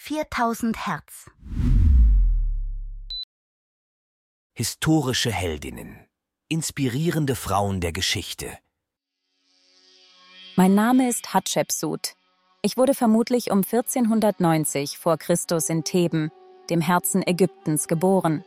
4000 Hertz. Historische Heldinnen. Inspirierende Frauen der Geschichte. Mein Name ist Hatschepsut. Ich wurde vermutlich um 1490 vor Christus in Theben, dem Herzen Ägyptens, geboren.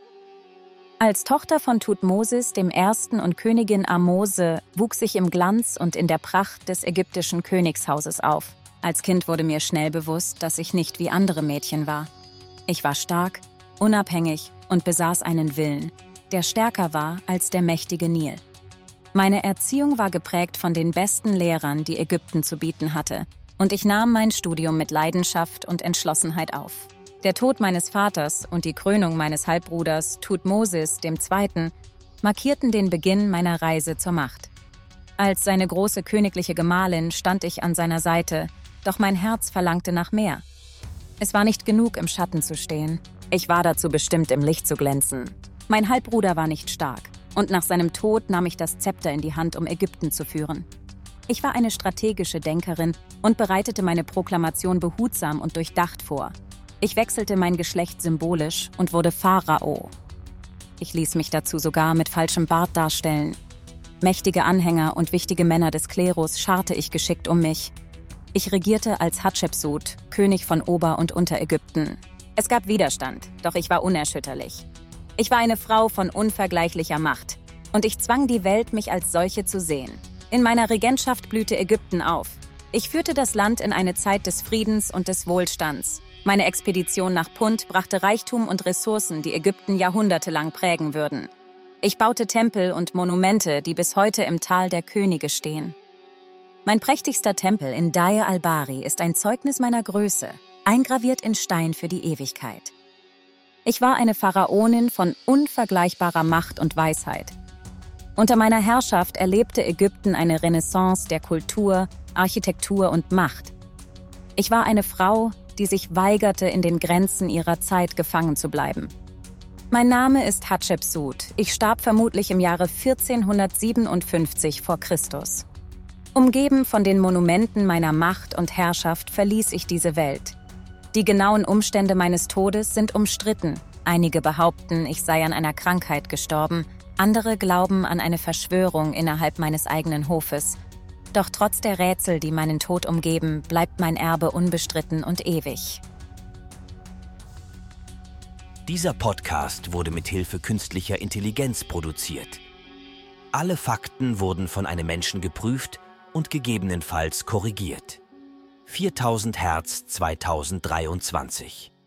Als Tochter von Thutmosis I. und Königin Ahmose wuchs ich im Glanz und in der Pracht des ägyptischen Königshauses auf. Als Kind wurde mir schnell bewusst, dass ich nicht wie andere Mädchen war. Ich war stark, unabhängig und besaß einen Willen, der stärker war als der mächtige Nil. Meine Erziehung war geprägt von den besten Lehrern, die Ägypten zu bieten hatte, und ich nahm mein Studium mit Leidenschaft und Entschlossenheit auf. Der Tod meines Vaters und die Krönung meines Halbbruders Thutmosis II. Markierten den Beginn meiner Reise zur Macht. Als seine große königliche Gemahlin stand ich an seiner Seite, doch mein Herz verlangte nach mehr. Es war nicht genug, im Schatten zu stehen. Ich war dazu bestimmt, im Licht zu glänzen. Mein Halbbruder war nicht stark, und nach seinem Tod nahm ich das Zepter in die Hand, um Ägypten zu führen. Ich war eine strategische Denkerin und bereitete meine Proklamation behutsam und durchdacht vor. Ich wechselte mein Geschlecht symbolisch und wurde Pharao. Ich ließ mich dazu sogar mit falschem Bart darstellen. Mächtige Anhänger und wichtige Männer des Klerus scharte ich geschickt um mich. Ich regierte als Hatschepsut, König von Ober- und Unterägypten. Es gab Widerstand, doch ich war unerschütterlich. Ich war eine Frau von unvergleichlicher Macht und ich zwang die Welt, mich als solche zu sehen. In meiner Regentschaft blühte Ägypten auf. Ich führte das Land in eine Zeit des Friedens und des Wohlstands. Meine Expedition nach Punt brachte Reichtum und Ressourcen, die Ägypten jahrhundertelang prägen würden. Ich baute Tempel und Monumente, die bis heute im Tal der Könige stehen. Mein prächtigster Tempel in Deir al-Bari ist ein Zeugnis meiner Größe, eingraviert in Stein für die Ewigkeit. Ich war eine Pharaonin von unvergleichbarer Macht und Weisheit. Unter meiner Herrschaft erlebte Ägypten eine Renaissance der Kultur, Architektur und Macht. Ich war eine Frau, die sich weigerte, in den Grenzen ihrer Zeit gefangen zu bleiben. Mein Name ist Hatschepsut. Ich starb vermutlich im Jahre 1457 vor Christus. Umgeben von den Monumenten meiner Macht und Herrschaft verließ ich diese Welt. Die genauen Umstände meines Todes sind umstritten. Einige behaupten, ich sei an einer Krankheit gestorben, andere glauben an eine Verschwörung innerhalb meines eigenen Hofes. Doch trotz der Rätsel, die meinen Tod umgeben, bleibt mein Erbe unbestritten und ewig. Dieser Podcast wurde mit Hilfe künstlicher Intelligenz produziert. Alle Fakten wurden von einem Menschen geprüft und gegebenenfalls korrigiert. 4000 Hertz 2023